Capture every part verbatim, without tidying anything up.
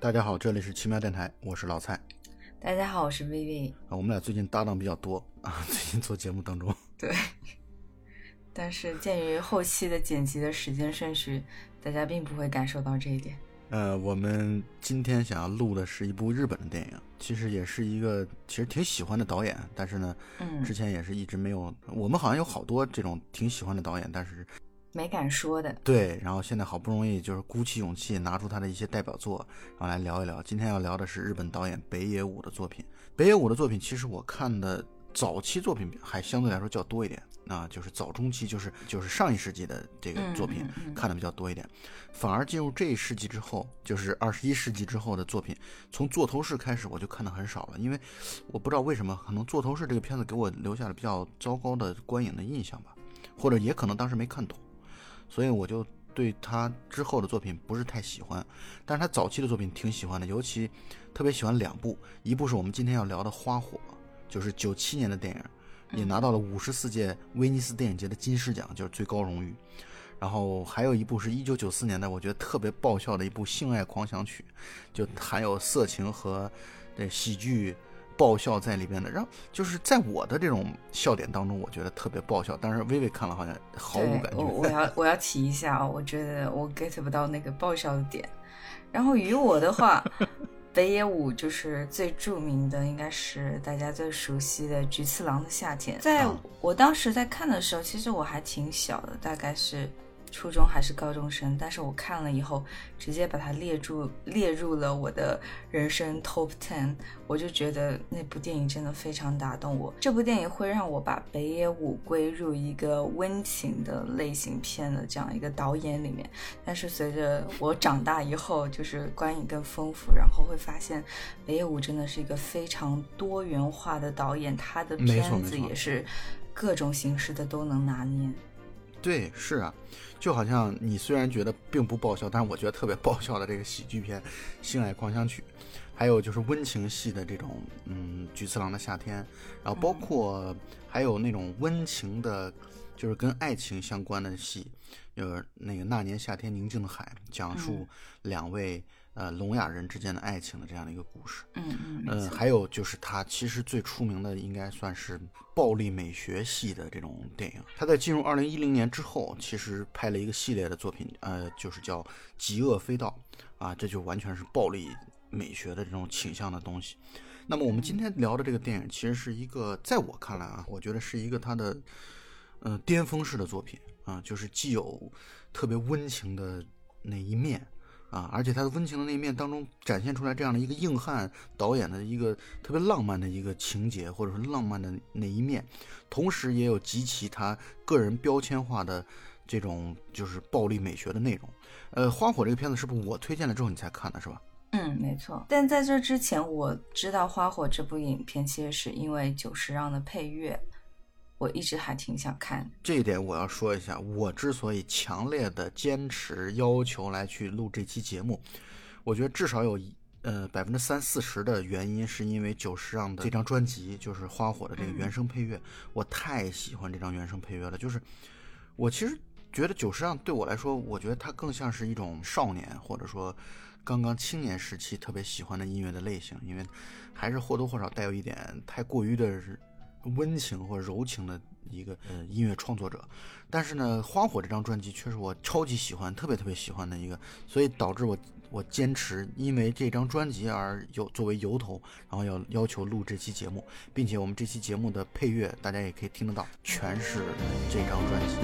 大家好，这里是奇妙电台，我是老蔡。 大家好，我是 Vivi。 啊，我们俩最近搭档比较多啊，最近做节目当中。 对，但是鉴于后期的剪辑的时间顺序，大家并不会感受到这一点。 呃，我们今天想要录的是一部日本的电影，其实也是一个其实挺喜欢的导演，但是呢，嗯，之前也是一直没有，我们好像有好多这种挺喜欢的导演，但是没敢说的。 对，然后现在好不容易就是鼓起勇气拿出他的一些代表作，然后来聊一聊。今天要聊的是日本导演北野武的作品。北野武的作品其实我看的早期作品还相对来说较多一点啊，就是早中期，就是就是上一世纪的这个作品看的比较多一点，嗯嗯嗯，反而进入这一世纪之后，就是二十一世纪之后的作品，从座头市开始我就看的很少了，因为我不知道为什么，可能座头市这个片子给我留下了比较糟糕的观影的印象吧，或者也可能当时没看懂。所以我就对他之后的作品不是太喜欢，但是他早期的作品挺喜欢的，尤其特别喜欢两部，一部是我们今天要聊的《花火》，就是九七年的电影，也拿到了五十四届威尼斯电影节的金狮奖，就是最高荣誉。然后还有一部是一九九四年的，我觉得特别爆笑的一部《性爱狂想曲》，就含有色情和这喜剧爆笑在里边的，然后就是在我的这种笑点当中，我觉得特别爆笑，但是微微看了好像毫无感觉。 我我要我要提一下啊，我觉得我 get 不到那个爆笑的点。然后于我的话，北野武就是最著名的，应该是大家最熟悉的《菊次郎的夏天》。在我当时在看的时候，其实我还挺小的，大概是初中还是高中生，但是我看了以后直接把它列入列入了我的人生 top ten， 我就觉得那部电影真的非常打动我。这部电影会让我把北野武归入一个温情的类型片的这样一个导演里面，但是随着我长大以后，就是观影更丰富，然后会发现北野武真的是一个非常多元化的导演，他的片子也是各种形式的都能拿捏。 对，是啊，就好像你虽然觉得并不爆笑，但是我觉得特别爆笑的这个喜剧片《性爱狂想曲》，还有就是温情系的这种嗯《菊次郎的夏天》，然后包括还有那种温情的，就是跟爱情相关的戏，就是那个那年夏天宁静的海，讲述两位、嗯、呃聋哑人之间的爱情的这样的一个故事。 嗯嗯呃，还有就是他其实最出名的应该算是暴力美学系的这种电影。他在进入二零一零年之后，其实拍了一个系列的作品，呃，就是叫《极恶飞盗》啊，这就完全是暴力美学的这种倾向的东西。那么我们今天聊的这个电影，其实是一个在我看来啊，我觉得是一个他的呃巅峰式的作品啊，就是既有特别温情的那一面。啊，而且他的温情的那一面当中展现出来这样的一个硬汉导演的一个特别浪漫的一个情节，或者说浪漫的那一面，同时也有极其他个人标签化的这种就是暴力美学的内容。呃，花火这个片子是不是我推荐了之后你才看的，是吧？ 嗯，没错。但在这之前，我知道花火这部影片其实是因为久石让的配乐。我一直还挺想看这一点，我要说一下，我之所以强烈的坚持要求来去录这期节目，我觉得至少有呃百分之三四十的原因是因为久石让的这张专辑，就是花火的这个原声配乐，嗯、我太喜欢这张原声配乐了。就是我其实觉得久石让对我来说，我觉得他更像是一种少年或者说刚刚青年时期特别喜欢的音乐的类型，因为还是或多或少带有一点太过于的温情或者柔情的一个呃音乐创作者。但是呢，花火这张专辑却是我超级喜欢特别特别喜欢的一个，所以导致我我坚持因为这张专辑而有作为由头，然后要要求录这期节目，并且我们这期节目的配乐大家也可以听得到，全是这张专辑。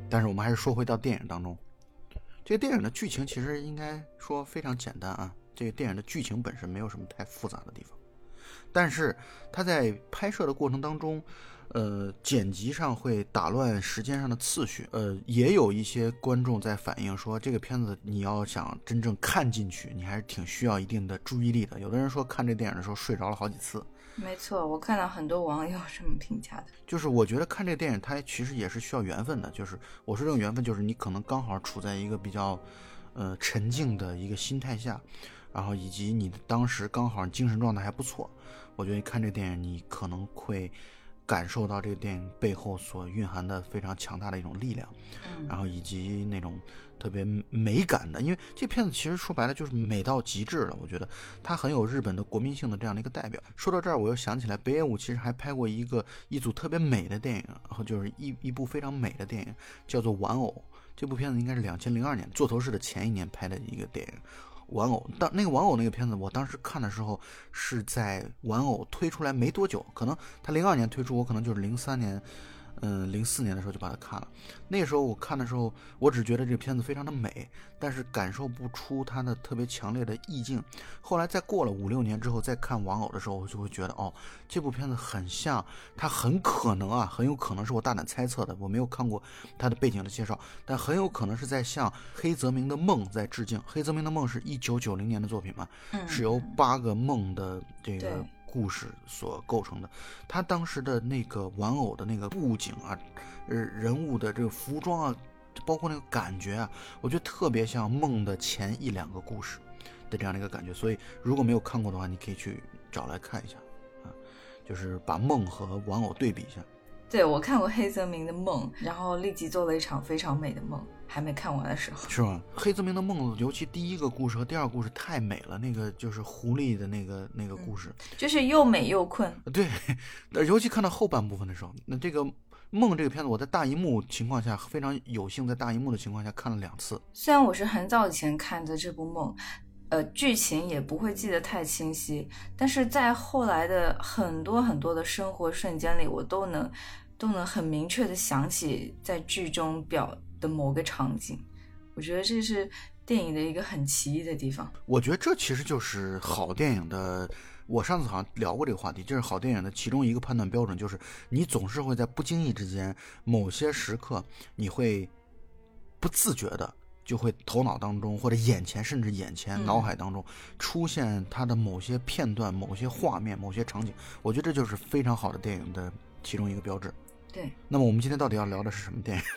但是我们还是说回到电影当中，这个电影的剧情其实应该说非常简单啊，这个电影的剧情本身没有什么太复杂的地方，但是它在拍摄的过程当中，呃，剪辑上会打乱时间上的次序，呃，也有一些观众在反映说，这个片子你要想真正看进去，你还是挺需要一定的注意力的。有的人说看这电影的时候睡着了好几次。 没错，我看到很多网友这么评价的。 就是我觉得看这个电影，它其实也是需要缘分的。就是我说这种缘分，就是你可能刚好处在一个比较，呃，沉静的一个心态下，然后以及你当时刚好精神状态还不错。我觉得你看这个电影，你可能会感受到这个电影背后所蕴含的非常强大的一种力量， 嗯、 然后以及那种特别美感的，因为这片子其实说白了就是美到极致了。我觉得它很有日本的国民性的这样的一个代表。说到这儿，我又想起来北野武其实还拍过一个一组特别美的电影，然后就是一一部非常美的电影，叫做《玩偶》。这部片子应该是两千零二年座头市的前一年拍的一个电影。玩偶，当那个玩偶那个片子，我当时看的时候是在玩偶推出来没多久，可能他零二年推出，我可能就是零三年，嗯，零四年的时候就把它看了。那时候我看的时候，我只觉得这个片子非常的美，但是感受不出它的特别强烈的意境。后来再过了五六年之后再看玩偶的时候，我就会觉得，哦，这部片子很像，它很可能啊，很有可能是我大胆猜测的，我没有看过它的背景的介绍，但很有可能是在向黑泽明的梦在致敬。黑泽明的梦是一九九零年的作品嘛， 嗯、 是由八个梦的这个故事所构成的。他当时的那个玩偶的那个布景啊，呃，人物的这个服装啊，包括那个感觉啊，我觉得特别像梦的前一两个故事的这样的一个感觉。所以如果没有看过的话，你可以去找来看一下啊，就是把梦和玩偶对比一下。 对，我看过黑泽明的梦，然后立即做了一场非常美的梦，还没看完的时候。 是吗？黑泽明的梦，尤其第一个故事和第二个故事太美了，那个就是狐狸的那个那个故事、 嗯、就是又美又困。 对，尤其看到后半部分的时候，那这个梦这个片子我在大荧幕情况下非常有幸在大荧幕的情况下看了两次。 虽然我是很早以前看的这部梦，呃，剧情也不会记得太清晰，但是在后来的很多很多的生活瞬间里，我都能都能很明确的想起在剧中表的某个场景。我觉得这是电影的一个很奇异的地方。 我觉得这其实就是好电影的，我上次好像聊过这个话题，这是好电影的其中一个判断标准，就是你总是会在不经意之间某些时刻你会不自觉的就会头脑当中或者眼前甚至眼前、嗯、脑海当中出现它的某些片段、某些画面、某些场景。我觉得这就是非常好的电影的其中一个标志。 对。 那么我们今天到底要聊的是什么电影？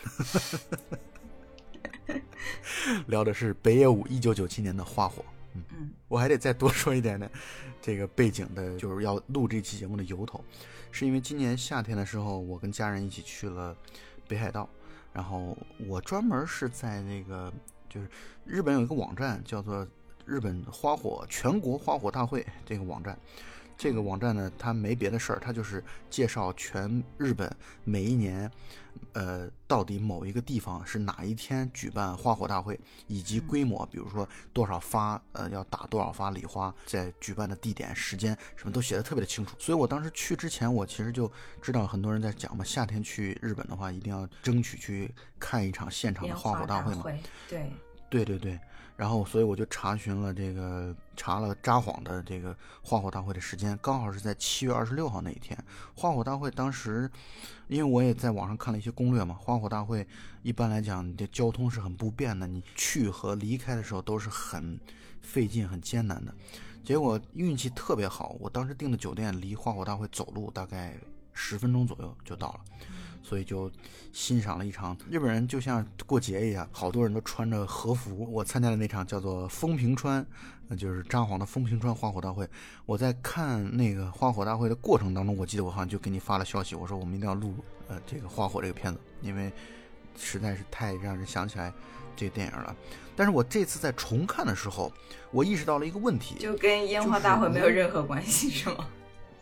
聊的是北野武一九九七年的《花火》。嗯嗯，我还得再多说一点呢，这个背景的，就是要录这期节目的由头，是因为今年夏天的时候，我跟家人一起去了北海道，然后我专门是在那个就是日本有一个网站叫做日本花火全国花火大会这个网站。这个网站呢，它没别的事儿，它就是介绍全日本每一年，呃，到底某一个地方是哪一天举办花火大会，以及规模，比如说多少发，呃，要打多少发礼花，在举办的地点、时间，什么都写得特别的清楚。所以我当时去之前，我其实就知道很多人在讲嘛，夏天去日本的话，一定要争取去看一场现场的花火大会嘛。 对， 对对对。然后所以我就查询了这个查了札幌的这个花火大会的时间，刚好是在七月二十六号那一天。花火大会当时因为我也在网上看了一些攻略嘛，花火大会一般来讲你的交通是很不便的，你去和离开的时候都是很费劲很艰难的。结果运气特别好，我当时订的酒店离花火大会走路大概十分钟左右就到了，所以就欣赏了一场日本人就像过节一样，好多人都穿着和服。我参加的那场叫做风平川，就是札幌的风平川花火大会。我在看那个花火大会的过程当中，我记得我好像就给你发了消息，我说我们一定要录呃这个花火这个片子，因为实在是太让人想起来这个电影了。但是我这次在重看的时候，我意识到了一个问题， 就跟烟花大会没有任何关系、就是、是吗？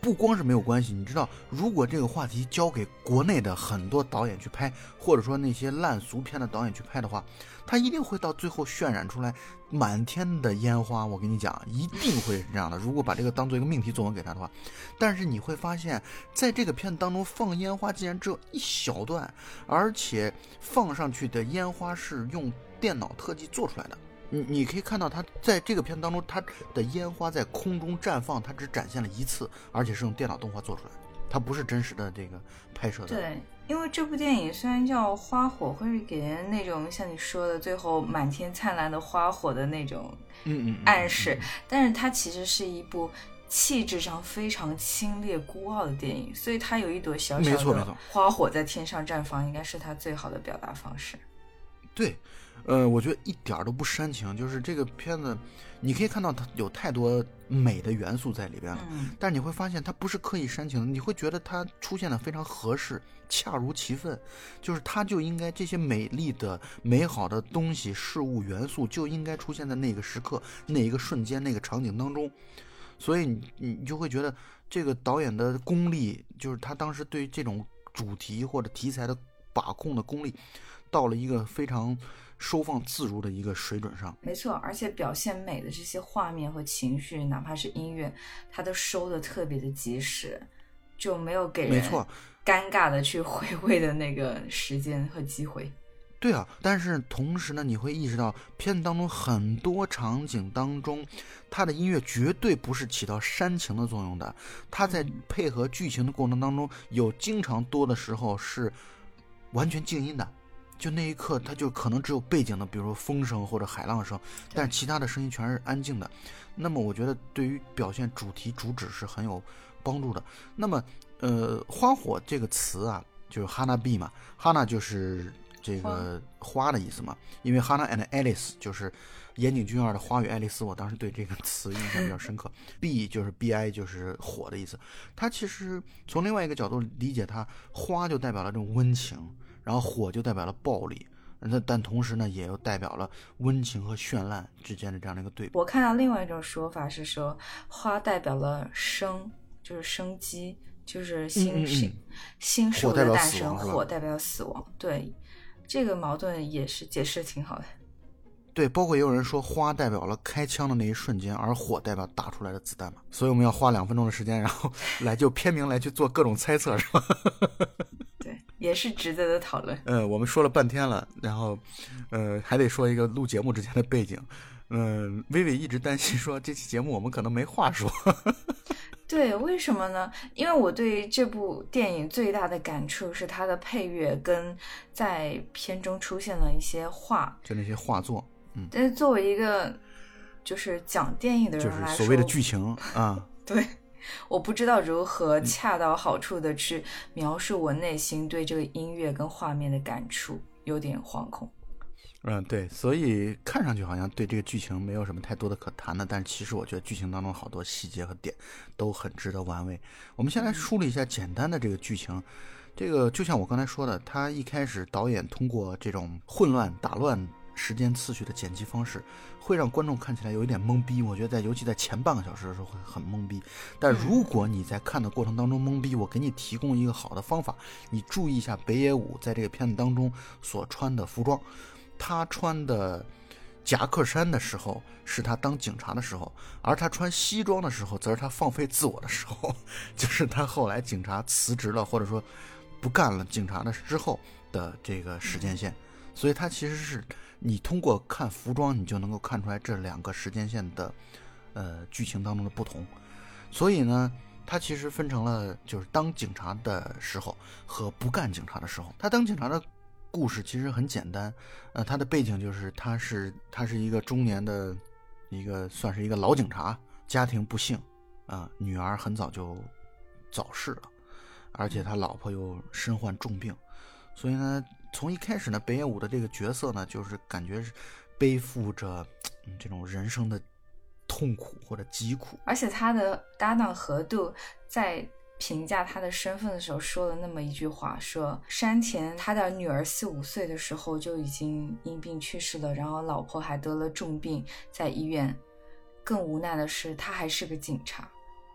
不光是没有关系，你知道，如果这个话题交给国内的很多导演去拍，或者说那些烂俗片的导演去拍的话，他一定会到最后渲染出来满天的烟花。我跟你讲，一定会是这样的。如果把这个当做一个命题作文给他的话，但是你会发现，在这个片当中放烟花竟然只有一小段，而且放上去的烟花是用电脑特技做出来的。你你可以看到它在这个片当中，它的烟花在空中绽放，它只展现了一次，而且是用电脑动画做出来的，它不是真实的这个拍摄的。 对，因为这部电影虽然叫花火，会给人那种像你说的最后满天灿烂的花火的那种暗示， 嗯嗯嗯嗯嗯但是它其实是一部气质上非常清冽孤傲的电影，所以它有一朵小小的花火在天上绽放，应该是它最好的表达方式。 对，呃，我觉得一点都不煽情，就是这个片子，你可以看到它有太多美的元素在里边了， 嗯， 但是你会发现它不是刻意煽情的，你会觉得它出现的非常合适，恰如其分，就是它就应该这些美丽的、美好的东西、事物、元素就应该出现在那个时刻、那一个瞬间、那个场景当中，所以你你就会觉得这个导演的功力，就是他当时对这种主题或者题材的把控的功力，到了一个非常收放自如的一个水准上。 没错，而且表现美的这些画面和情绪，哪怕是音乐，它都收的特别的及时，就没有给人尴尬的去回味的那个时间和机会。 对啊，但是同时呢，你会意识到片子当中很多场景当中，它的音乐绝对不是起到煽情的作用的，它在配合剧情的过程当中，有经常多的时候是完全静音的，就那一刻它就可能只有背景的，比如说风声或者海浪声，但是其他的声音全是安静的。那么我觉得对于表现主题主旨是很有帮助的。那么呃，花火这个词啊，就是 Hana-bi 嘛， Hana 就是这个花的意思嘛，因为 Hana and Alice 就是岩井俊二的《花与爱丽丝》，我当时对这个词印象比较深刻。B 就是 B I 就是火的意思，它其实从另外一个角度理解它，花就代表了这种温情，然后火就代表了暴力，但同时呢也又代表了温情和绚烂之间的这样的一个对比。 我看到另外一种说法是说，花代表了生，就是生机，就是新生、嗯嗯、新树的诞生，火代表死亡。对，这个矛盾也是解释挺好的。 对，包括也有人说花代表了开枪的那一瞬间，而火代表打出来的子弹嘛。所以我们要花两分钟的时间，然后来就片名来去做各种猜测，是吧？ 对，也是值得的讨论。 呃，我们说了半天了，然后呃还得说一个录节目之前的背景。嗯、呃，薇薇一直担心说这期节目我们可能没话说。 对，为什么呢？因为我对这部电影最大的感触是它的配乐跟在片中出现了一些画， 就那些画作。嗯， 但是作为一个就是讲电影的人来说， 就是所谓的剧情啊， 对，我不知道如何恰到好处的去描述我内心对这个音乐跟画面的感触，有点惶恐。 嗯，对，所以看上去好像对这个剧情没有什么太多的可谈的，但是其实我觉得剧情当中好多细节和点都很值得玩味。我们先来梳理一下简单的这个剧情。这个就像我刚才说的，他一开始导演通过这种混乱打乱时间次序的剪辑方式，会让观众看起来有一点懵逼。我觉得在尤其在前半个小时的时候会很懵逼，但如果你在看的过程当中懵逼，我给你提供一个好的方法，你注意一下北野武在这个片子当中所穿的服装。他穿的夹克衫的时候是他当警察的时候，而他穿西装的时候则是他放飞自我的时候，就是他后来警察辞职了或者说不干了警察的之后的这个时间线。所以他其实是你通过看服装你就能够看出来这两个时间线的呃剧情当中的不同。所以呢他其实分成了就是当警察的时候和不干警察的时候。他当警察的故事其实很简单，呃，他的背景就是他是他是一个中年的一个算是一个老警察，家庭不幸啊、呃，女儿很早就早逝了，而且他老婆又身患重病，所以呢，从一开始呢，北野武的这个角色呢，就是感觉是背负着、嗯、这种人生的痛苦或者疾苦， 而且他的搭档河渡在评价他的身份的时候说了那么一句话，说山田他的女儿四五岁的时候就已经因病去世了，然后老婆还得了重病在医院，更无奈的是他还是个警察。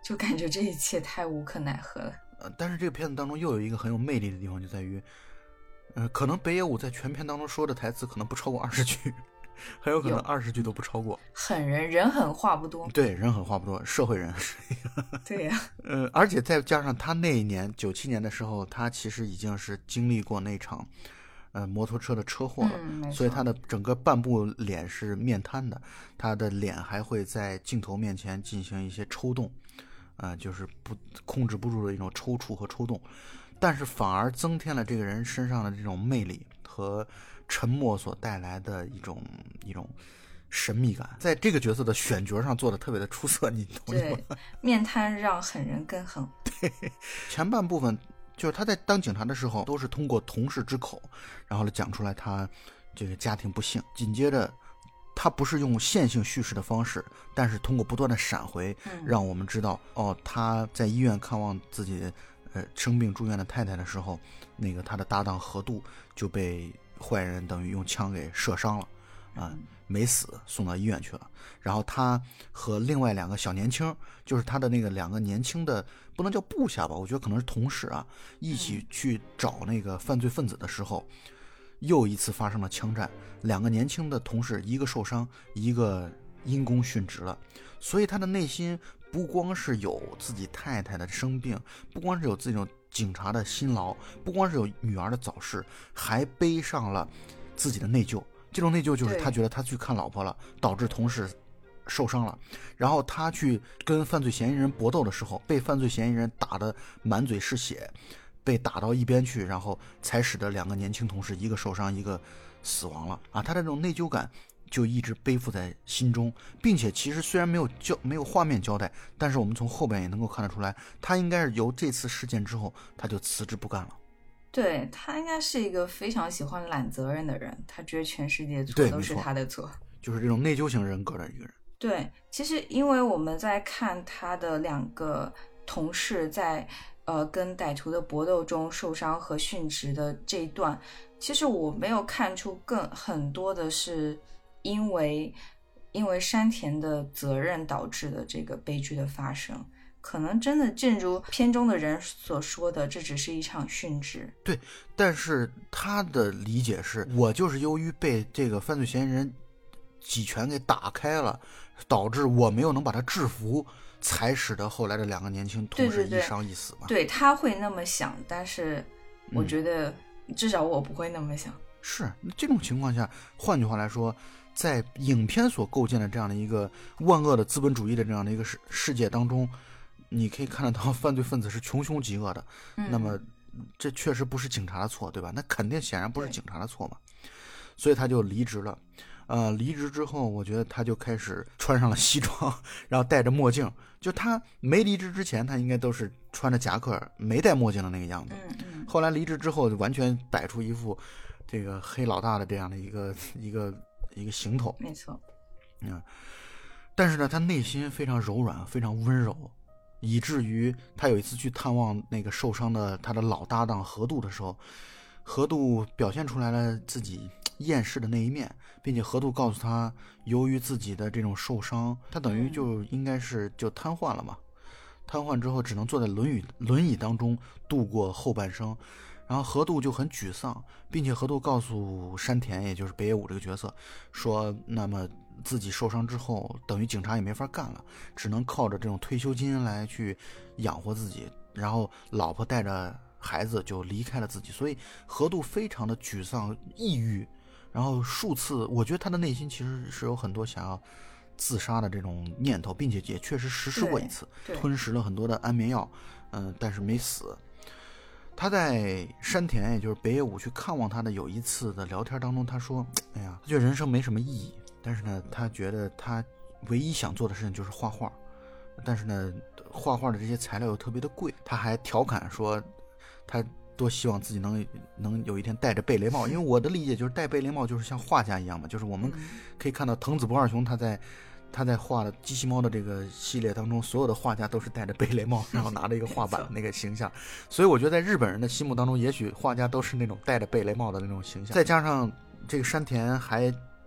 就感觉这一切太无可奈何了。 呃，但是这个片子当中又有一个很有魅力的地方，就在于，呃，可能北野武在全片当中说的台词可能不超过二十句，很有可能二十句都不超过。 狠人，人狠话不多。 对，人狠话不多，社会人是一个。 对呀、啊。 呃，而且再加上他那一年九七年的时候，他其实已经是经历过那场。呃，摩托车的车祸了、 嗯， 所以他的整个半部脸是面瘫的，他的脸还会在镜头面前进行一些抽动，呃，就是不控制不住的一种抽搐和抽动，但是反而增添了这个人身上的这种魅力和沉默所带来的一种一种神秘感，在这个角色的选角上做的特别的出色，你同意吗？ 对，面瘫让狠人更狠。 对，前半部分。就是他在当警察的时候，都是通过同事之口，然后讲出来他这个家庭不幸。紧接着，他不是用线性叙事的方式，但是通过不断的闪回，让我们知道，哦，他在医院看望自己呃生病住院的太太的时候，那个他的搭档何度就被坏人等于用枪给射伤了，啊、呃，没死，送到医院去了。然后他和另外两个小年轻，就是他的那个两个年轻的。不能叫部下吧，我觉得可能是同事啊，一起去找那个犯罪分子的时候，又一次发生了枪战，两个年轻的同事，一个受伤，一个因公殉职了。所以他的内心不光是有自己太太的生病，不光是有自己这种警察的辛劳，不光是有女儿的早逝，还背上了自己的内疚。这种内疚就是他觉得他去看老婆了，导致同事受伤了，然后他去跟犯罪嫌疑人搏斗的时候，被犯罪嫌疑人打得满嘴是血，被打到一边去，然后才使得两个年轻同事一个受伤一个死亡了啊！他的这种内疚感就一直背负在心中，并且其实虽然没有交没有画面交代，但是我们从后边也能够看得出来，他应该是由这次事件之后他就辞职不干了。 对，他应该是一个非常喜欢揽责任的人，他觉得全世界错都是他的错， 就是这种内疚型人格的一个人。 对，其实因为我们在看他的两个同事在呃跟歹徒的搏斗中受伤和殉职的这一段，其实我没有看出更很多的是因为因为山田的责任导致的这个悲剧的发生，可能真的正如片中的人所说的，这只是一场殉职。 对，但是他的理解是，我就是由于被这个犯罪嫌疑人几拳给打开了，导致我没有能把他制服，才使得后来的两个年轻同事一伤一死嘛。 对，对，对，他会那么想，但是我觉得至少我不会那么想。 嗯、是这种情况下，换句话来说，在影片所构建的这样的一个万恶的资本主义的这样的一个世世界当中，你可以看得到犯罪分子是穷凶极恶的、嗯、那么这确实不是警察的错，对吧？那肯定显然不是警察的错嘛。所以他就离职了。呃，离职之后，我觉得他就开始穿上了西装，然后戴着墨镜。就他没离职之前，他应该都是穿着夹克、没戴墨镜的那个样子。 嗯嗯。 后来离职之后，就完全摆出一副这个黑老大的这样的一个一个一个行头。 没错。 嗯，但是呢，他内心非常柔软，非常温柔，以至于他有一次去探望那个受伤的他的老搭档何度的时候，何度表现出来了自己厌世的那一面，并且何度告诉他，由于自己的这种受伤，他等于就应该是就瘫痪了嘛，瘫痪之后只能坐在轮椅轮椅当中度过后半生。然后何度就很沮丧，并且何度告诉山田，也就是北野武这个角色，说那么自己受伤之后，等于警察也没法干了，只能靠着这种退休金来去养活自己，然后老婆带着孩子就离开了自己。所以何度非常的沮丧抑郁，然后数次我觉得他的内心其实是有很多想要自杀的这种念头，并且也确实实施过一次，吞食了很多的安眠药，嗯、呃，但是没死。他在山田，也就是北野武去看望他的有一次的聊天当中，他说哎呀，他觉得人生没什么意义，但是呢他觉得他唯一想做的事情就是画画，但是呢画画的这些材料又特别的贵。他还调侃说他多希望自己能能有一天戴着贝雷帽，因为我的理解就是戴贝雷帽就是像画家一样嘛，就是我们可以看到藤子不二雄他在他在画的机器猫的这个系列当中，所有的画家都是戴着贝雷帽，然后拿着一个画板的那个形象。所以我觉得在日本人的心目当中，也许画家都是那种戴着贝雷帽的那种形象。再加上这个山田还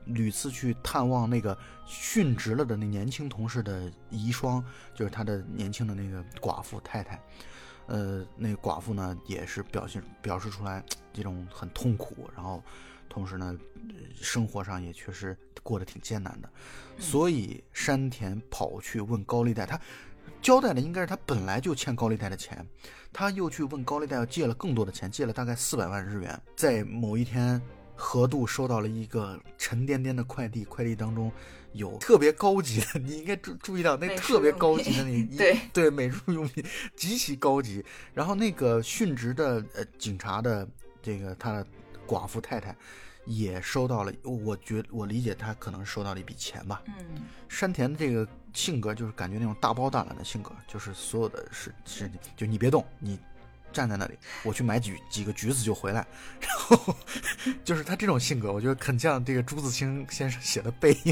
屡次去探望那个殉职了的那年轻同事的遗孀，就是他的年轻的那个寡妇太太。呃，那个寡妇呢也是表现表示出来这种很痛苦，然后同时呢生活上也确实过得挺艰难的，所以山田跑去问高利贷，他交代的应该是他本来就欠高利贷的钱，他又去问高利贷要借了更多的钱，借了大概四百万日元。在某一天，河渡收到了一个沉甸甸的快递，快递当中有特别高级的，你应该注注意到那特别高级的那对对美术用品极其高级。然后那个殉职的呃警察的这个他的寡妇太太也收到了，我觉我理解他可能收到了一笔钱吧。 嗯， 山田的这个性格就是感觉那种大包大揽的性格，就是所有的事事情就你别动，你站在那里，我去买几几个橘子就回来。然后就是他这种性格，我觉得很像这个朱自清先生写的《背影》。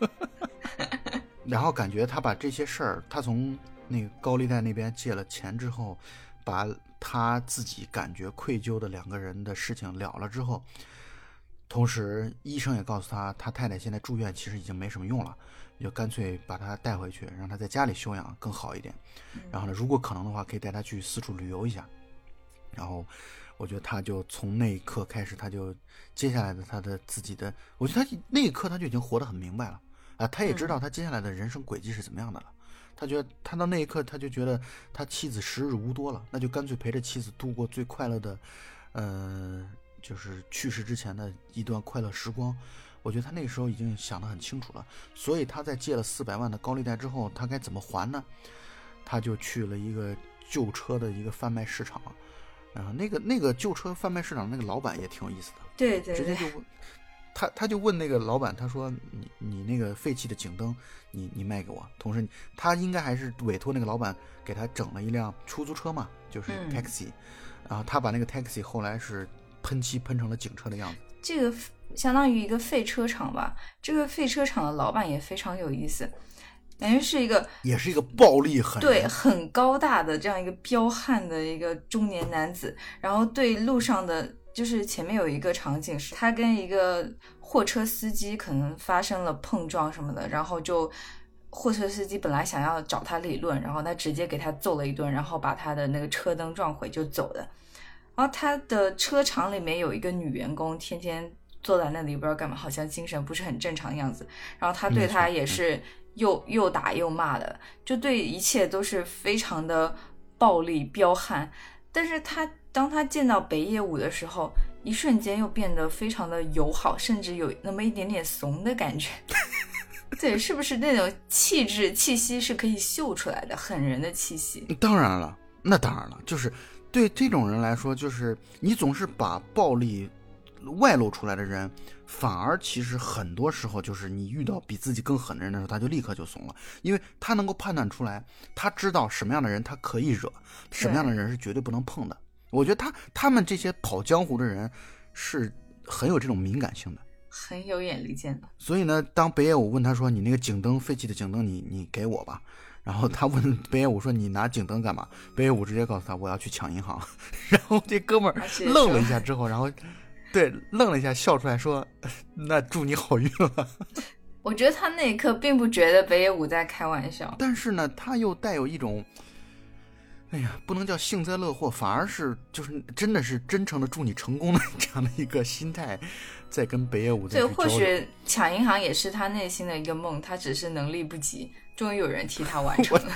然后感觉他把这些事儿，他从那个高利贷那边借了钱之后，把他自己感觉愧疚的两个人的事情了了之后，同时医生也告诉他，他太太现在住院其实已经没什么用了，就干脆把他带回去，让他在家里休养更好一点。然后呢，如果可能的话，可以带他去四处旅游一下。然后我觉得他就从那一刻开始，他就接下来的他的自己的，我觉得他那一刻他就已经活得很明白了啊，他也知道他接下来的人生轨迹是怎么样的了。他觉得他到那一刻他就觉得他妻子时日无多了，那就干脆陪着妻子度过最快乐的呃就是去世之前的一段快乐时光。我觉得他那个时候已经想得很清楚了，所以他在借了四百万的高利贷之后，他该怎么还呢？他就去了一个旧车的一个贩卖市场。然后那个那个旧车贩卖市场那个老板也挺有意思的， 对对对， 直接就问他，他就问那个老板，他说你你那个废弃的警灯，你你卖给我。同时他应该还是委托那个老板给他整了一辆出租车嘛，就是 taxi，嗯、然后他把那个 taxi 后来是喷漆喷成了警车的样子。 这个相当于一个废车场吧，这个废车场的老板也非常有意思。感觉是一个， 也是一个暴力很对很高大的这样一个彪悍的一个中年男子，然后对路上的，就是前面有一个场景是他跟一个货车司机可能发生了碰撞什么的，然后就货车司机本来想要找他理论，然后他直接给他揍了一顿，然后把他的那个车灯撞毁就走了。然后他的车厂里面有一个女员工，天天坐在那里不知道干嘛，好像精神不是很正常的样子，然后他对他也是又又打又骂的，就对一切都是非常的暴力彪悍。但是他当他见到北野武的时候，一瞬间又变得非常的友好，甚至有那么一点点怂的感觉。对，是不是那种气质气息是可以秀出来的，狠人的气息？ 当然了，那当然了，就是对这种人来说，就是你总是把暴力外露出来的人，反而其实很多时候就是你遇到比自己更狠的人的时候，他就立刻就怂了，因为他能够判断出来，他知道什么样的人他可以惹，什么样的人是绝对不能碰的。我觉得他他们这些跑江湖的人是很有这种敏感性的， 很有眼力见的。 所以呢，当北野武问他说：“你那个警灯废弃的警灯你，你你给我吧。”然后他问北野武说：“你拿警灯干嘛？”北野武直接告诉他：“我要去抢银行。”然后这哥们儿愣了一下之后，然后对愣了一下，笑出来说：“那祝你好运了。” 我觉得他那一刻并不觉得北野武在开玩笑， 但是呢，他又带有一种，哎呀，不能叫幸灾乐祸，反而是就是真的是真诚的祝你成功的这样的一个心态，在跟北野武在对，或许抢银行也是他内心的一个梦，他只是能力不及，终于有人替他完成了。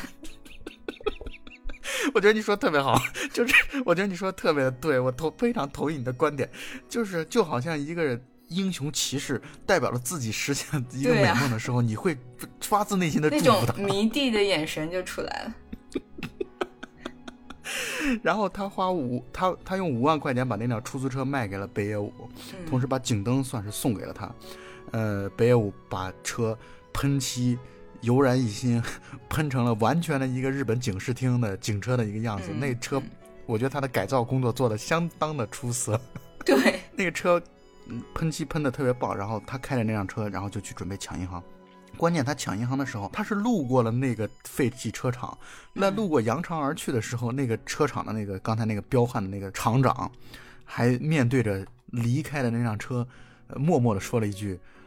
我觉得你说特别好，就是我觉得你说特别对，我投非常同意你的观点，就是就好像一个人英雄骑士代表了自己实现一个美梦的时候，啊、你会发自内心的祝福他， 那种迷弟的眼神就出来了。 然后他花五，他他用五万块钱把那辆出租车卖给了北野武， 嗯、 同时把警灯算是送给了他。呃，北野武把车喷漆油然一新，喷成了完全的一个日本警视厅的警车的一个样子。嗯、那车，嗯、我觉得他的改造工作做得相当的出色。 对， 那个车喷漆喷得特别棒，然后他开着那辆车，然后就去准备抢银行。关键他抢银行的时候，他是路过了那个废弃车厂，那路过扬长而去的时候，那个车厂的那个刚才那个彪悍的那个厂长，还面对着离开的那辆车，呃、默默地说了一句：“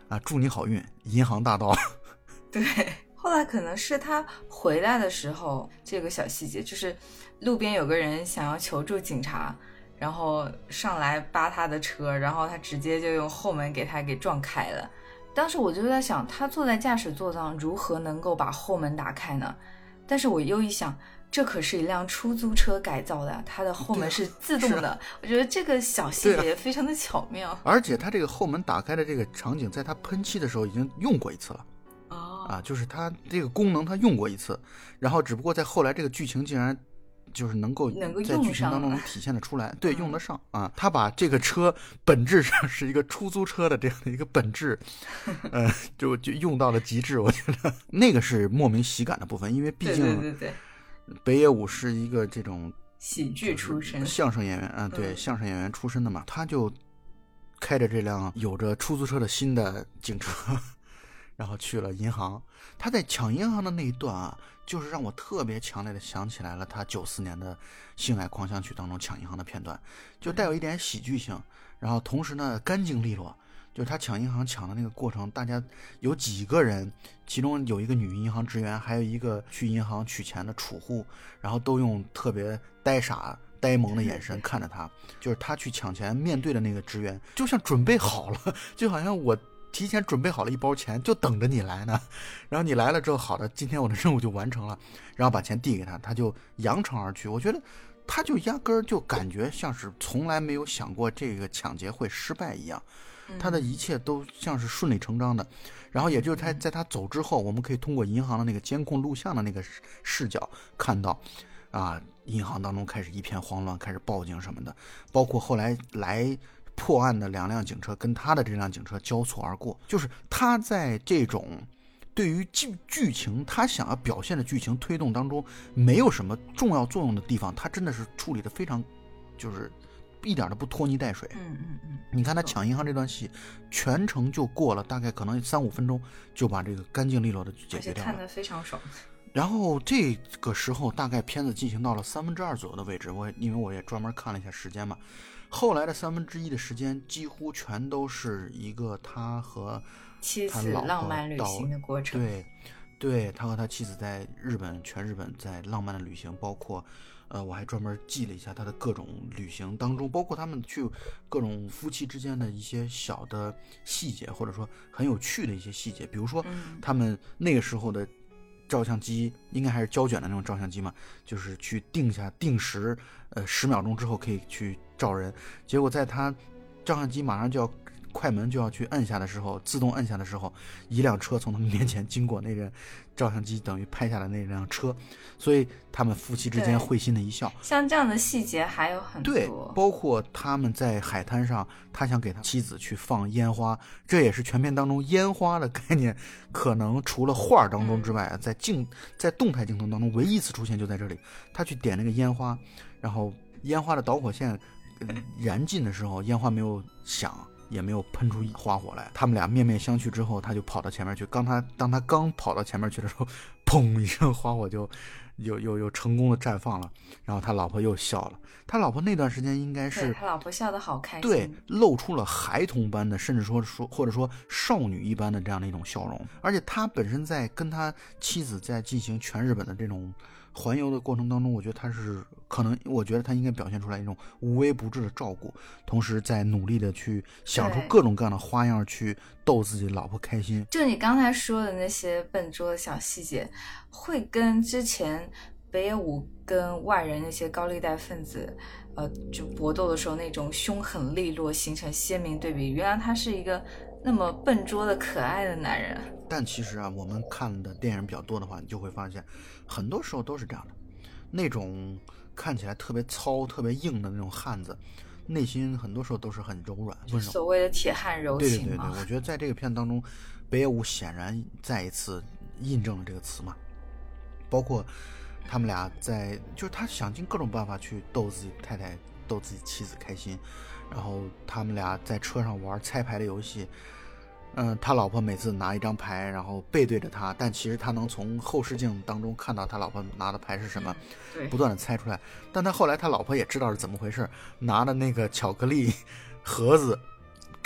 啊，祝你好运，银行大道。 对，后来可能是他回来的时候，这个小细节就是路边有个人想要求助警察，然后上来扒他的车，然后他直接就用后门给他给撞开了。当时我就在想，他坐在驾驶座上如何能够把后门打开呢？但是我又一想，这可是一辆出租车改造的，它的后门是自动的。我觉得这个小细节非常的巧妙。 而且他这个后门打开的这个场景，在他喷漆的时候已经用过一次了。 哦， 啊，就是他这个功能他用过一次，然后只不过在后来这个剧情竟然就是能够在剧情当中能体现得出来，对，用得上啊。他把这个车本质上是一个出租车的这样的一个本质，呃，就就用到了极致。我觉得那个是莫名喜感的部分，因为毕竟对对对对， 北野武是一个这种喜剧出身、 相声演员啊，对， 嗯、 相声演员出身的嘛，他就开着这辆有着出租车的新的警车。然后去了银行，他在抢银行的那一段啊，就是让我特别强烈的想起来了他九四年的《性爱狂想曲》当中抢银行的片段，就带有一点喜剧性，然后同时呢干净利落。就是他抢银行抢的那个过程，大家有几个人，其中有一个女银行职员，还有一个去银行取钱的储户，然后都用特别呆傻呆萌的眼神看着他。就是他去抢钱面对的那个职员，就像准备好了，就好像我提前准备好了一包钱，就等着你来呢。然后你来了之后，好的，今天我的任务就完成了，然后把钱递给他，他就扬长而去。我觉得他就压根儿就感觉像是从来没有想过这个抢劫会失败一样，他的一切都像是顺理成章的。然后也就是他在他走之后，我们可以通过银行的那个监控录像的那个视角看到啊，银行当中开始一片慌乱，开始报警什么的，包括后来来破案的两辆警车跟他的这辆警车交错而过。就是他在这种对于剧剧情他想要表现的剧情推动当中没有什么重要作用的地方，他真的是处理的非常就是一点都不拖泥带水。 嗯嗯嗯， 你看他抢银行这段戏全程就过了大概可能三五分钟就把这个干净利落的解决掉了， 而且看得非常爽。 然后这个时候大概片子进行到了三分之二左右的位置，我因为我也专门看了一下时间嘛，后来的三分之一的时间几乎全都是一个他和妻子浪漫旅行的过程。 对，对，他和他妻子在日本，全日本在浪漫的旅行，包括呃，我还专门记了一下他的各种旅行当中，包括他们去各种夫妻之间的一些小的细节，或者说很有趣的一些细节，比如说他们那个时候的照相机应该还是胶卷的那种照相机嘛，就是去定下定时，呃，十秒钟之后可以去照人。结果在他照相机马上就要快门就要去摁下的时候，自动摁下的时候，一辆车从他们面前经过，那个照相机等于拍下了那辆车，所以他们夫妻之间会心的一笑。 像这样的细节还有很多， 对，包括他们在海滩上，他想给他妻子去放烟花，这也是全片当中烟花的概念，可能除了画当中之外，在镜在动态镜头当中唯一一次出现就在这里。他去点那个烟花，然后烟花的导火线、呃、燃尽的时候，烟花没有响。也没有喷出花火来，他们俩面面相觑之后，他就跑到前面去。刚他当他刚跑到前面去的时候，砰一声，花火就又又又成功的绽放了。然后他老婆又笑了，他老婆那段时间应该是他老婆笑得好开心， 对，露出了孩童般的，甚至说说或者说少女一般的这样的一种笑容。而且他本身在跟他妻子在进行全日本的这种环游的过程当中，我觉得他是可能，我觉得他应该表现出来一种无微不至的照顾，同时在努力的去想出各种各样的花样去逗自己老婆开心。 就你刚才说的那些笨拙的小细节，会跟之前北野武跟外人那些高利贷分子呃，就搏斗的时候那种凶狠利落形成鲜明对比。原来他是一个那么笨拙的可爱的男人。 但其实啊，我们看的电影比较多的话，你就会发现很多时候都是这样的，那种看起来特别糙特别硬的那种汉子，内心很多时候都是很柔软温柔， 所谓的铁汉柔情。 对对对对，我觉得在这个片当中，北野武显然再一次印证了这个词嘛。包括他们俩在，就是他想尽各种办法去逗自己太太逗自己妻子开心，然后他们俩在车上玩猜牌的游戏。嗯，他老婆每次拿一张牌，然后背对着他，但其实他能从后视镜当中看到他老婆拿的牌是什么， 对， 不断的猜出来。但他后来他老婆也知道是怎么回事，拿的那个巧克力盒子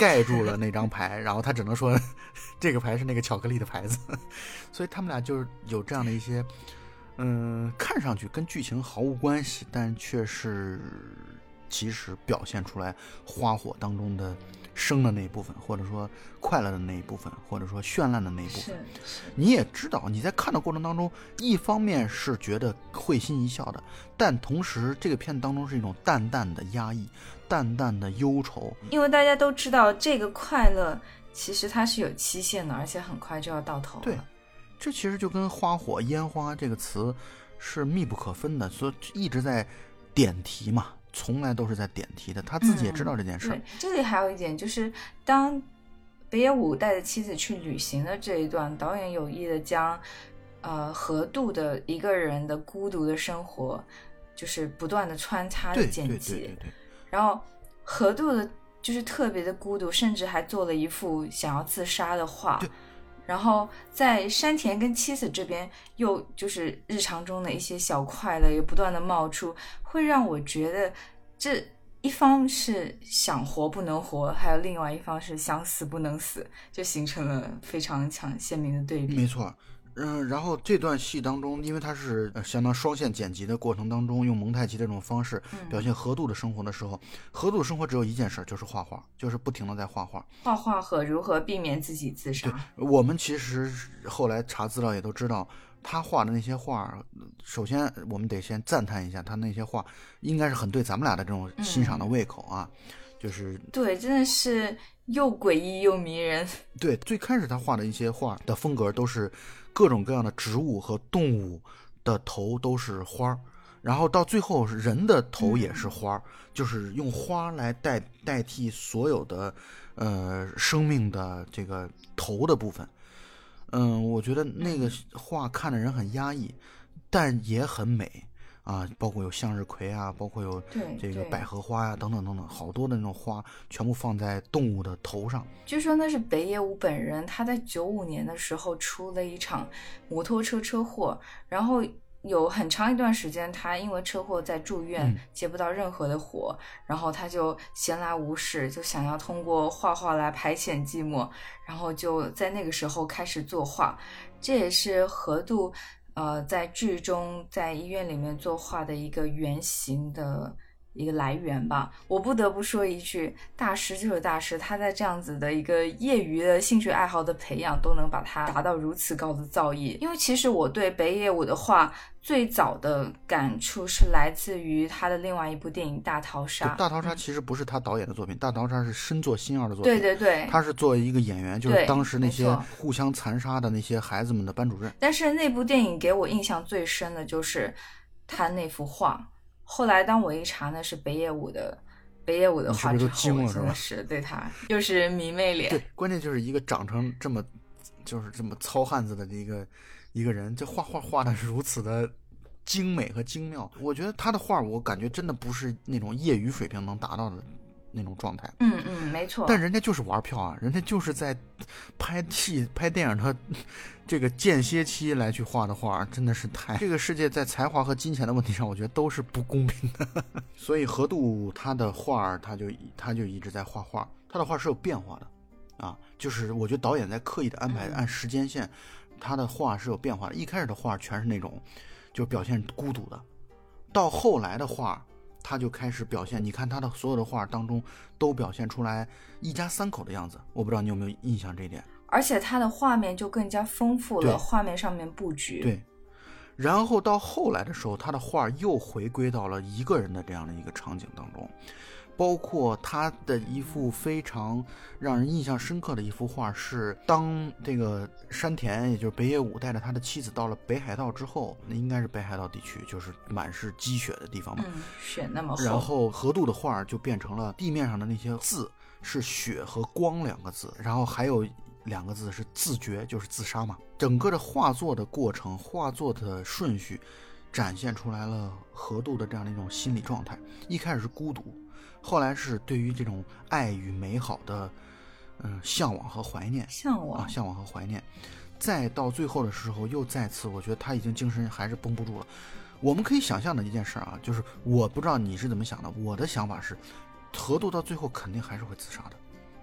盖住了那张牌，然后他只能说这个牌是那个巧克力的牌子，所以他们俩就是有这样的一些，嗯，看上去跟剧情毫无关系，但却是其实表现出来花火当中的生的那一部分，或者说快乐的那一部分，或者说绚烂的那一部分。你也知道你在看的过程当中，一方面是觉得会心一笑的，但同时这个片子当中是一种淡淡的压抑，淡淡的忧愁。 因为大家都知道这个快乐其实它是有期限的，而且很快就要到头了。 对，这其实就跟花火烟花这个词是密不可分的，所以一直在点题嘛，从来都是在点题的，他自己也知道这件事、 嗯、这里还有一点就是当北野武带着妻子去旅行的这一段，导演有意的将呃河渡的一个人的孤独的生活就是不断的穿插的剪辑， 对对对对对， 然后河渡的就是特别的孤独，甚至还做了一幅想要自杀的画。然后在山田跟妻子这边又就是日常中的一些小快乐也不断的冒出，会让我觉得这一方是想活不能活，还有另外一方是想死不能死，就形成了非常强鲜明的对比。 没错。嗯，然后这段戏当中，因为它是呃相当双线剪辑的过程当中，用蒙太奇的这种方式表现河渡的生活的时候，河渡的生活只有一件事，就是画画，就是不停的在画画， 画画和如何避免自己自杀。 对，我们其实后来查资料也都知道，他画的那些画，首先我们得先赞叹一下，他那些画应该是很对咱们俩的这种欣赏的胃口啊，嗯、就是对，真的是又诡异又迷人。 对，最开始他画的一些画的风格都是各种各样的植物和动物的头都是花，然后到最后人的头也是花、嗯、就是用花来代代替所有的呃生命的这个头的部分。嗯，我觉得那个画看的人很压抑，但也很美啊，包括有向日葵啊，包括有这个百合花呀、啊、等等等等，好多的那种花全部放在动物的头上。 据说那是北野武本人，他在九五年的时候出了一场摩托车车祸，然后有很长一段时间他因为车祸在住院、嗯、接不到任何的活，然后他就闲来无事，就想要通过画画来排遣寂寞，然后就在那个时候开始作画。这也是河渡呃在剧中在医院里面作画的一个原型的一个来源吧。我不得不说一句，大师就是大师，他在这样子的一个业余的兴趣爱好的培养都能把它达到如此高的造诣。因为其实我对北野武的画最早的感触是来自于他的另外一部电影《大逃杀》。 大逃杀其实不是他导演的作品，大逃杀是深作新二的作品。 对对对， 他是作为一个演员，就是当时那些互相残杀的那些孩子们的班主任。 但是那部电影给我印象最深的就是他那幅画。后来当我一查那是北野武的北野武的画之后， 是不是都惊了， 真的是对他又是迷妹脸。 对，关键就是一个长成这么就是这么糙汉子的一个一个人，这画画画的如此的精美和精妙。我觉得他的画我感觉真的不是那种业余水平能达到的那种状态。 嗯嗯，没错。 但人家就是玩票啊，人家就是在拍戏拍电影的这个间歇期来去画的画，真的是太这个世界在才华和金钱的问题上，我觉得都是不公平的。所以河渡他的画，他就他就一直在画画，他的画是有变化的啊，就是我觉得导演在刻意的安排，按时间线，他的画是有变化的。一开始的画全是那种就表现孤独的，到后来的画他就开始表现，你看他的所有的画当中都表现出来一家三口的样子，我不知道你有没有印象这一点。 而且他的画面就更加丰富了，画面上面布局。 对，然后到后来的时候，他的画又回归到了一个人的这样的一个场景当中，包括他的一幅非常让人印象深刻的一幅画，是当这个山田也就是北野武带着他的妻子到了北海道之后，那应该是北海道地区，就是满是积雪的地方嘛， 嗯，雪那么厚。 然后河渡的画就变成了地面上的那些字是雪和光两个字，然后还有两个字是自觉，就是自杀嘛。整个的画作的过程，画作的顺序展现出来了河渡的这样的一种心理状态。一开始是孤独，后来是对于这种爱与美好的嗯向往和怀念， 向往啊向往和怀念，再到最后的时候又再次，我觉得他已经精神还是绷不住了。我们可以想象的一件事啊，就是我不知道你是怎么想的，我的想法是河渡到最后肯定还是会自杀的，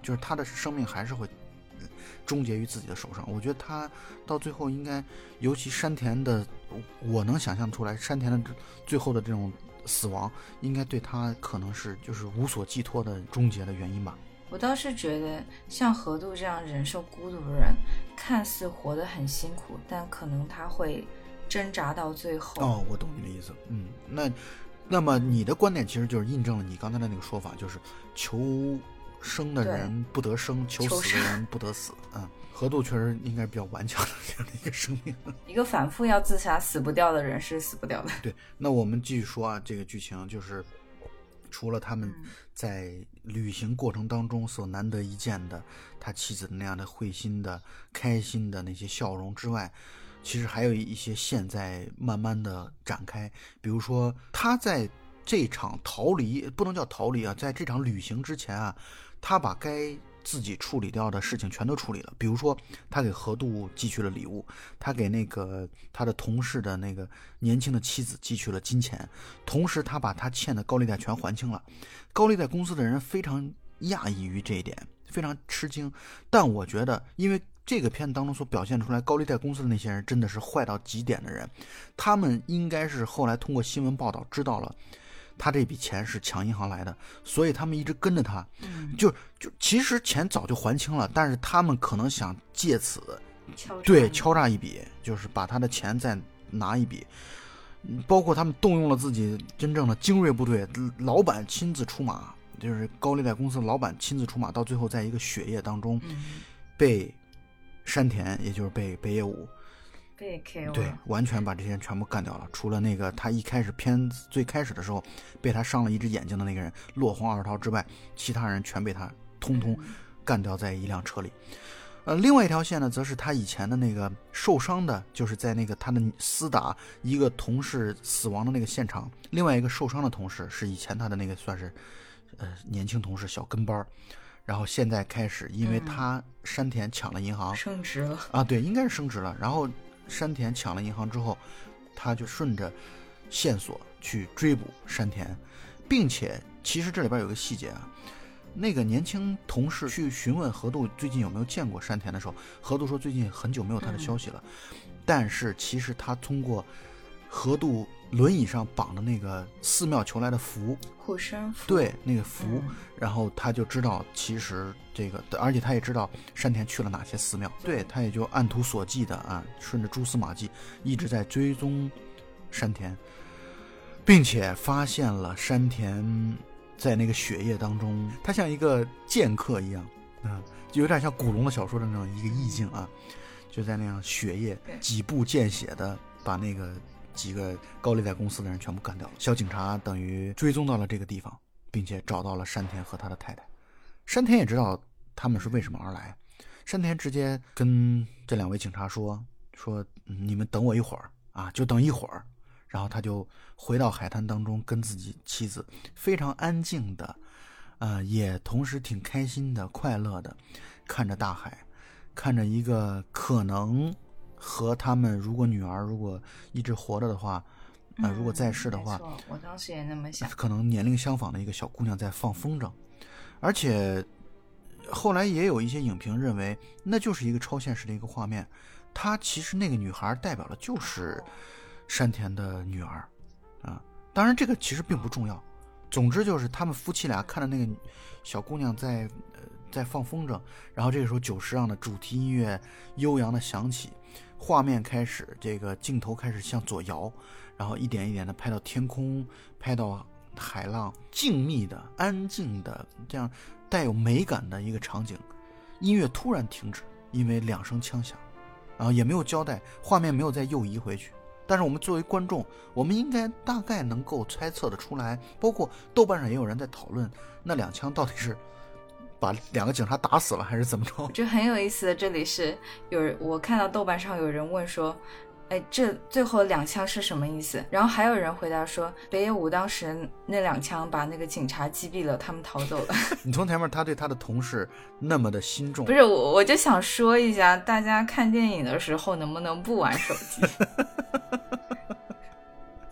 就是他的生命还是会终结于自己的手上。我觉得他到最后应该，尤其山田的，我能想象出来，山田的最后的这种死亡，应该对他可能是就是无所寄托的终结的原因吧。 我倒是觉得像河渡这样忍受孤独的人，看似活得很辛苦，但可能他会挣扎到最后。 哦，我懂你的意思。嗯，那那么你的观点其实就是印证了你刚才的那个说法，就是求生的人不得生，求死的人不得死。嗯，河渡确实应该是比较顽强的这样的一个生命。 一个反复要自杀死不掉的人是死不掉的。 对，那我们继续说啊，这个剧情就是除了他们在旅行过程当中所难得一见的他妻子那样的会心的开心的那些笑容之外，其实还有一些线在慢慢的展开。比如说他在这场逃离，不能叫逃离啊，在这场旅行之前啊，他把该自己处理掉的事情全都处理了。比如说他给河渡寄去了礼物，他给那个他的同事的那个年轻的妻子寄去了金钱，同时他把他欠的高利贷全还清了。高利贷公司的人非常讶异于这一点，非常吃惊。但我觉得因为这个片子当中所表现出来，高利贷公司的那些人真的是坏到极点的人，他们应该是后来通过新闻报道知道了他这笔钱是抢银行来的，所以他们一直跟着他。就就其实钱早就还清了，但是他们可能想借此敲对敲诈一笔，就是把他的钱再拿一笔。包括他们动用了自己真正的精锐部队，老板亲自出马，就是高利贷公司的老板亲自出马，到最后在一个雪夜当中被山田，也就是被北野武被 K O 了， 对，完全把这些人全部干掉了。除了那个他一开始片子最开始的时候被他伤了一只眼睛的那个人落荒而逃之外，其他人全被他通通干掉在一辆车里。呃，另外一条线呢，则是他以前的那个受伤的，就是在那个他的厮打一个同事死亡的那个现场，另外一个受伤的同事是以前他的那个算是呃年轻同事小跟班，然后现在开始因为他山田抢了银行， 嗯、升职了啊，对，应该是升职了。然后山田抢了银行之后，他就顺着线索去追捕山田，并且其实这里边有个细节啊，那个年轻同事去询问河渡最近有没有见过山田的时候，河渡说最近很久没有他的消息了、嗯、但是其实他通过河渡轮椅上绑的那个寺庙求来的符， 护身符， 对，那个符、 嗯、 然后他就知道其实这个，而且他也知道山田去了哪些寺庙，对，他也就按图索骥的啊，顺着蛛丝马迹一直在追踪山田，并且发现了山田在那个雪夜当中，他像一个剑客一样啊，就有点像古龙的小说的那种一个意境啊，就在那样雪夜几步见血的把那个几个高利贷公司的人全部干掉了。小警察等于追踪到了这个地方，并且找到了山田和他的太太。山田也知道他们是为什么而来，山田直接跟这两位警察说说、嗯、你们等我一会儿啊，就等一会儿。然后他就回到海滩当中，跟自己妻子非常安静的呃，也同时挺开心的快乐的看着大海，看着一个可能和他们如果女儿如果一直活着的话呃，如果在世的话、 嗯、我当时也那么想， 可能年龄相仿的一个小姑娘在放风筝。而且后来也有一些影评认为那就是一个超现实的一个画面，她其实那个女孩代表的就是山田的女儿啊，当然这个其实并不重要。总之就是他们夫妻俩看着那个小姑娘在呃在放风筝，然后这个时候久石让的主题音乐悠扬的响起，画面开始这个镜头开始向左摇，然后一点一点的拍到天空，拍到海浪，静谧的安静的这样带有美感的一个场景，音乐突然停止，因为两声枪响，然后也没有交代，画面没有再右移回去。但是我们作为观众，我们应该大概能够猜测的出来，包括豆瓣上也有人在讨论那两枪到底是把两个警察打死了还是怎么着。 我觉得很有意思的这里是有人，我看到豆瓣上有人问说哎，这最后两枪是什么意思？然后还有人回答说北野武当时那两枪把那个警察击毙了，他们逃走了。 你从前面他对他的同事那么的心重， 不是我我就想说一下，大家看电影的时候能不能不玩手机。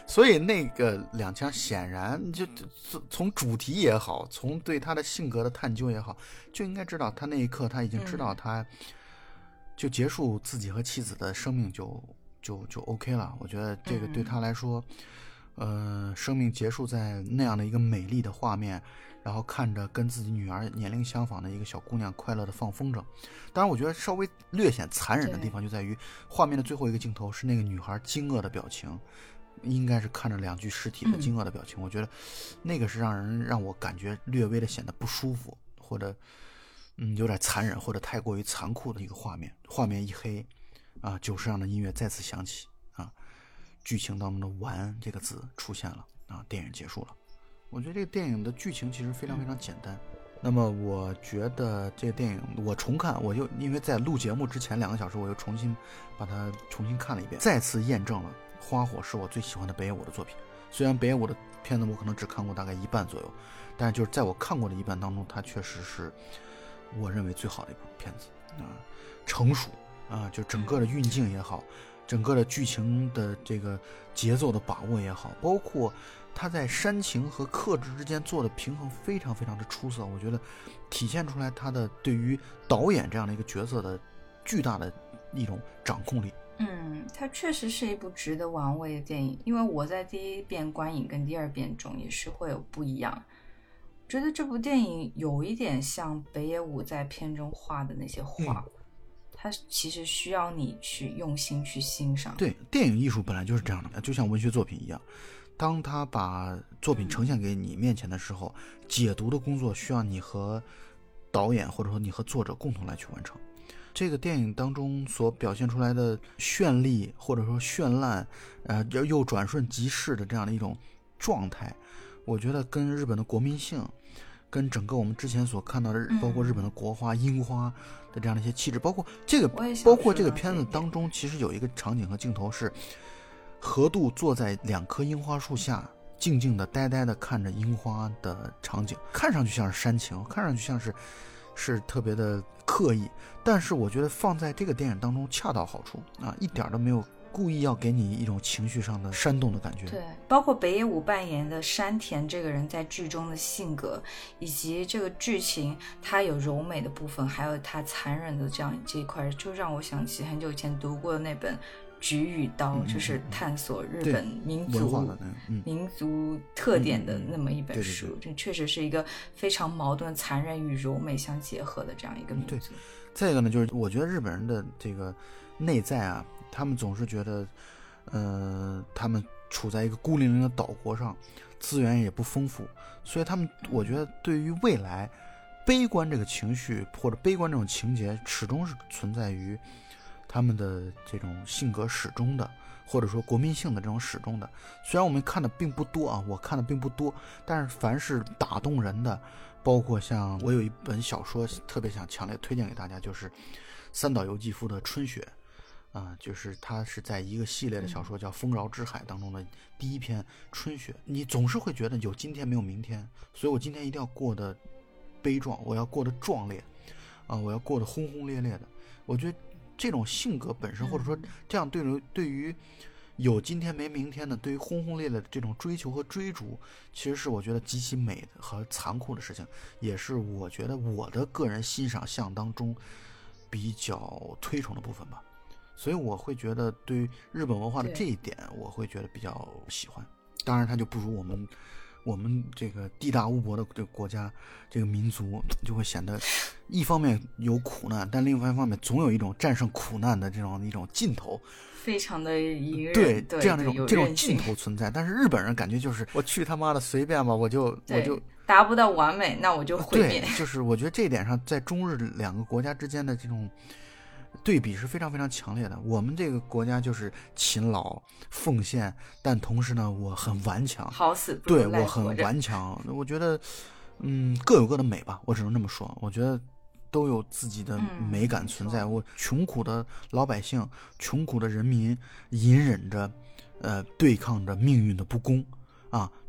所以那个两枪显然就从主题也好，从对他的性格的探究也好，就应该知道他那一刻他已经知道他就结束自己和妻子的生命就就就 OK 了。我觉得这个对他来说，呃，生命结束在那样的一个美丽的画面，然后看着跟自己女儿年龄相仿的一个小姑娘快乐的放风筝。当然我觉得稍微略显残忍的地方就在于画面的最后一个镜头是那个女孩惊愕的表情，应该是看着两具尸体的惊愕的表情、嗯、我觉得那个是让人让我感觉略微的显得不舒服，或者嗯有点残忍或者太过于残酷的一个画面。画面一黑啊，久石让的音乐再次响起啊，剧情当中的完这个字出现了啊，电影结束了。我觉得这个电影的剧情其实非常非常简单、嗯、那么我觉得这个电影我重看，我就因为在录节目之前两个小时我又重新把它重新看了一遍，再次验证了花火是我最喜欢的北野武的作品。虽然北野武的片子我可能只看过大概一半左右，但是就是在我看过的一半当中，它确实是我认为最好的一部片子啊，成熟啊，就整个的运镜也好，整个的剧情的这个节奏的把握也好，包括他在煽情和克制之间做的平衡非常非常的出色。我觉得体现出来他的对于导演这样的一个角色的巨大的一种掌控力。 嗯，它确实是一部值得玩味的电影，因为我在第一遍观影跟第二遍中也是会有不一样。觉得这部电影有一点像北野武在片中画的那些画、嗯，它其实需要你去用心去欣赏。 对，电影艺术本来就是这样的，就像文学作品一样，当他把作品呈现给你面前的时候、嗯、解读的工作需要你和导演或者说你和作者共同来去完成。这个电影当中所表现出来的绚丽或者说绚烂，呃，又转瞬即逝的这样的一种状态，我觉得跟日本的国民性，跟整个我们之前所看到的包括日本的国花、嗯、樱花的这样的一些气质，包括这个包括这个片子当中其实有一个场景和镜头是河渡坐在两棵樱花树下静静的呆呆的看着樱花的场景，看上去像是煽情，看上去像是是特别的刻意，但是我觉得放在这个电影当中恰到好处啊，一点都没有故意要给你一种情绪上的煽动的感觉。 对，包括北野武扮演的山田这个人在剧中的性格，以及这个剧情他有柔美的部分，还有他残忍的这样这一块，就让我想起很久以前读过的那本菊与刀、嗯、就是探索日本民族、嗯、民族特点的那么一本书，这确实是一个非常矛盾残忍与柔美相结合的这样一个民族。 对，再一个呢，就是我觉得日本人的这个内在啊，他们总是觉得呃，他们处在一个孤零零的岛国上，资源也不丰富，所以他们我觉得对于未来悲观这个情绪或者悲观这种情节始终是存在于他们的这种性格始终的，或者说国民性的这种始终的。虽然我们看的并不多啊，我看的并不多，但是凡是打动人的，包括像我有一本小说特别想强烈推荐给大家，就是三岛由纪夫的《春雪》啊、呃，就是它是在一个系列的小说叫《丰饶之海》当中的第一篇《春雪》。你总是会觉得有今天没有明天，所以我今天一定要过得悲壮，我要过得壮烈啊、呃，我要过得轰轰烈烈的。我觉得这种性格本身，或者说这样对于对于有今天没明天的，对于轰轰烈烈的这种追求和追逐，其实是我觉得极其美的和残酷的事情，也是我觉得我的个人欣赏项当中比较推崇的部分吧。所以我会觉得对于日本文化的这一点，我会觉得比较喜欢。当然，它就不如我们我们这个地大物博的这个国家，这个民族就会显得一方面有苦难，但另外一方面总有一种战胜苦难的这种一种劲头， 非常的隐忍， 对， 对这样的一种这种劲头存在。但是日本人感觉就是我去他妈的随便吧，我就我就达不到完美，那我就毁灭。 对，就是我觉得这一点上，在中日两个国家之间的这种对比是非常非常强烈的。我们这个国家就是勤劳奉献，但同时呢我很顽强， 好死不如赖活着， 对，我很顽强。我觉得嗯各有各的美吧，我只能这么说。我觉得都有自己的美感存在、嗯、我穷苦的老百姓，穷苦的人民隐忍着呃对抗着命运的不公啊，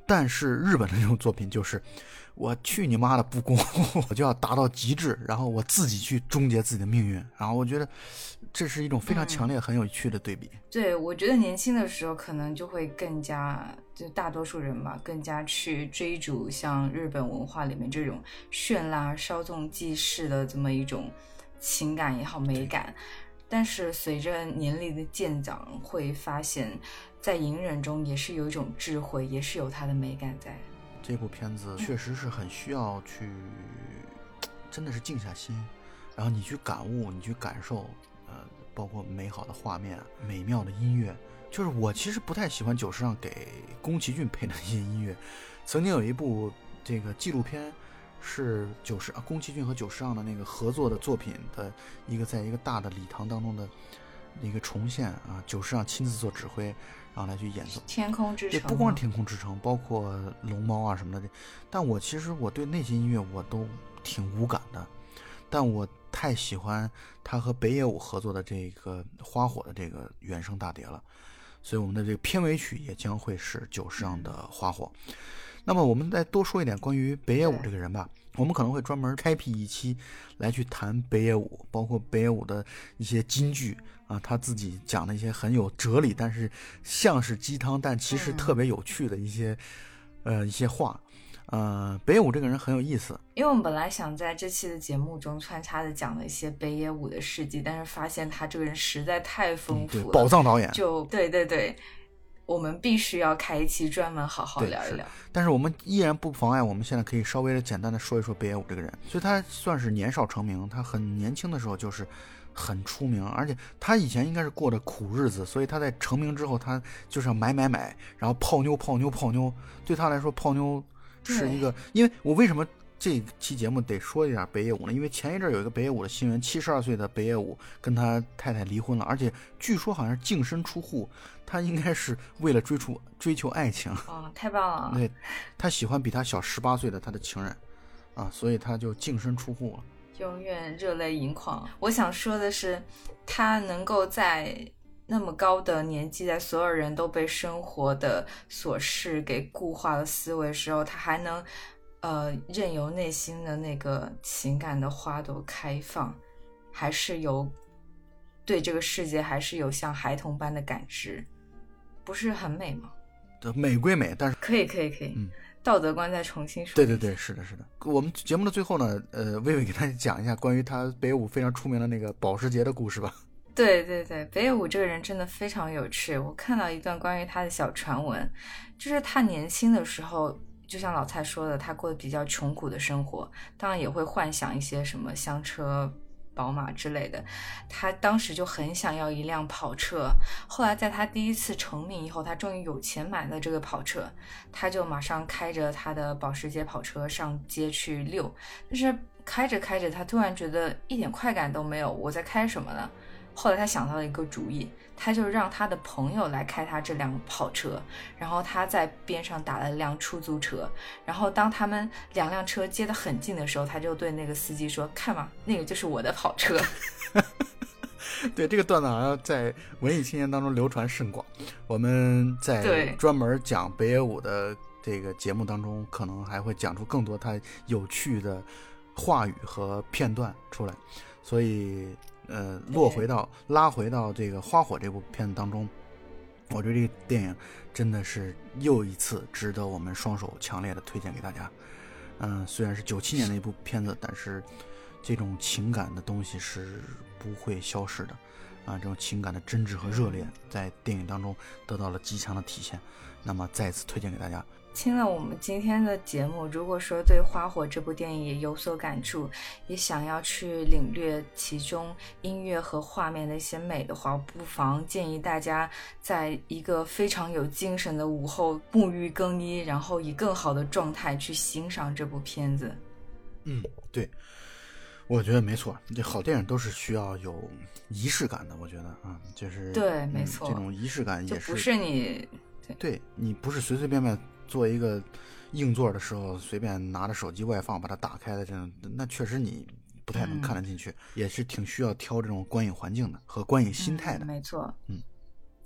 但是日本的这种作品就是我去你妈的不公，我就要达到极致，然后我自己去终结自己的命运。然后我觉得这是一种非常强烈、嗯、很有趣的对比。 对，我觉得年轻的时候可能就会更加，就大多数人吧，更加去追逐像日本文化里面这种绚烂稍纵即逝的这么一种情感也好美感。但是随着年龄的渐长，会发现在隐忍中也是有一种智慧，也是有它的美感在。 这部片子确实是很需要去真的是静下心，然后你去感悟，你去感受，呃，包括美好的画面、美妙的音乐。就是我其实不太喜欢久石让给宫崎骏配的一些音乐。曾经有一部这个纪录片是久石宫崎骏和久石让的那个合作的作品的一个在一个大的礼堂当中的一个重现啊，久石让亲自做指挥，然后来去演奏天空之城。 对，不光是天空之城，包括龙猫啊什么的。但我其实我对那些音乐我都挺无感的，但我太喜欢他和北野武合作的这个花火的这个原声大碟了，所以我们的这个片尾曲也将会是久石让的花火。那么我们再多说一点关于北野武这个人吧，我们可能会专门开辟一期来去谈北野武，包括北野武的一些金句啊，他自己讲的一些很有哲理，但是像是鸡汤，但其实特别有趣的一些、嗯、呃一些话。呃，北野武这个人很有意思， 因为我们本来想在这期的节目中穿插的讲了一些北野武的事迹，但是发现他这个人实在太丰富了， 嗯、对，宝藏导演， 就对对对，我们必须要开一期专门好好聊一聊。 但是我们依然不妨碍我们现在可以稍微的简单的说一说北野武这个人。所以他算是年少成名，他很年轻的时候就是很出名，而且他以前应该是过的苦日子，所以他在成名之后他就是要买买买，然后泡妞泡妞泡妞。对他来说泡妞是一个，因为我为什么这期节目得说一下北野武呢？因为前一阵有一个北野武的新闻，七十二岁的北野武跟他太太离婚了，而且据说好像是净身出户，他应该是为了追求追求爱情。 哦，太棒了！ 对，他喜欢比他小十八岁的他的情人啊，所以他就净身出户了， 永远热泪盈眶。我想说的是，他能够在那么高的年纪，在所有人都被生活的琐事给固化了思维的时候，他还能呃任由内心的那个情感的花朵开放，还是有对这个世界还是有像孩童般的感知，不是很美吗？ 美归美，但是可以可以可以， 嗯， 道德观再重新说。 对对对，是的是的。我们节目的最后呢，呃，薇薇给大家讲一下关于他北野武非常出名的那个保时捷的故事吧。 对对对，北野武这个人真的非常有趣。我看到一段关于他的小传闻，就是他年轻的时候，就像老蔡说的，他过得比较穷苦的生活，当然也会幻想一些什么香车宝马之类的。他当时就很想要一辆跑车，后来在他第一次成名以后，他终于有钱买了这个跑车，他就马上开着他的保时捷跑车上街去溜，但是开着开着他突然觉得一点快感都没有，我在开什么呢？后来他想到了一个主意，他就让他的朋友来开他这辆跑车，然后他在边上打了一辆出租车，然后当他们两辆车接得很近的时候，他就对那个司机说，看嘛，那个就是我的跑车。 对，这个段子好像在文艺青年当中流传甚广，我们在专门讲北野武的这个节目当中可能还会讲出更多他有趣的话语和片段出来。所以呃，落回到拉回到这个花火这部片子当中，我觉得这个电影真的是又一次值得我们双手强烈的推荐给大家。嗯、呃，虽然是九七年的一部片子，但是这种情感的东西是不会消失的啊，这种情感的真挚和热烈在电影当中得到了极强的体现。那么再次推荐给大家。 听了我们今天的节目，如果说对《花火》这部电影也有所感触，也想要去领略其中音乐和画面的一些美的话，不妨建议大家在一个非常有精神的午后沐浴更衣，然后以更好的状态去欣赏这部片子。 嗯，对，我觉得没错，这好电影都是需要有仪式感的，我觉得啊，就是对，没错、 嗯，这种仪式感也是就不是你对, 对你不是随随便便做一个硬座的时候随便拿着手机外放把它打开的这种，那确实你不太能看得进去、嗯、也是挺需要挑这种观影环境的和观影心态的、 嗯、没错。 嗯，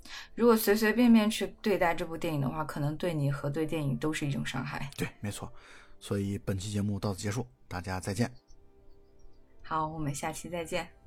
如果随随便便去对待这部电影的话，可能对你和对电影都是一种伤害。 对，没错。所以本期节目到此结束，大家再见。 好，我们下期再见。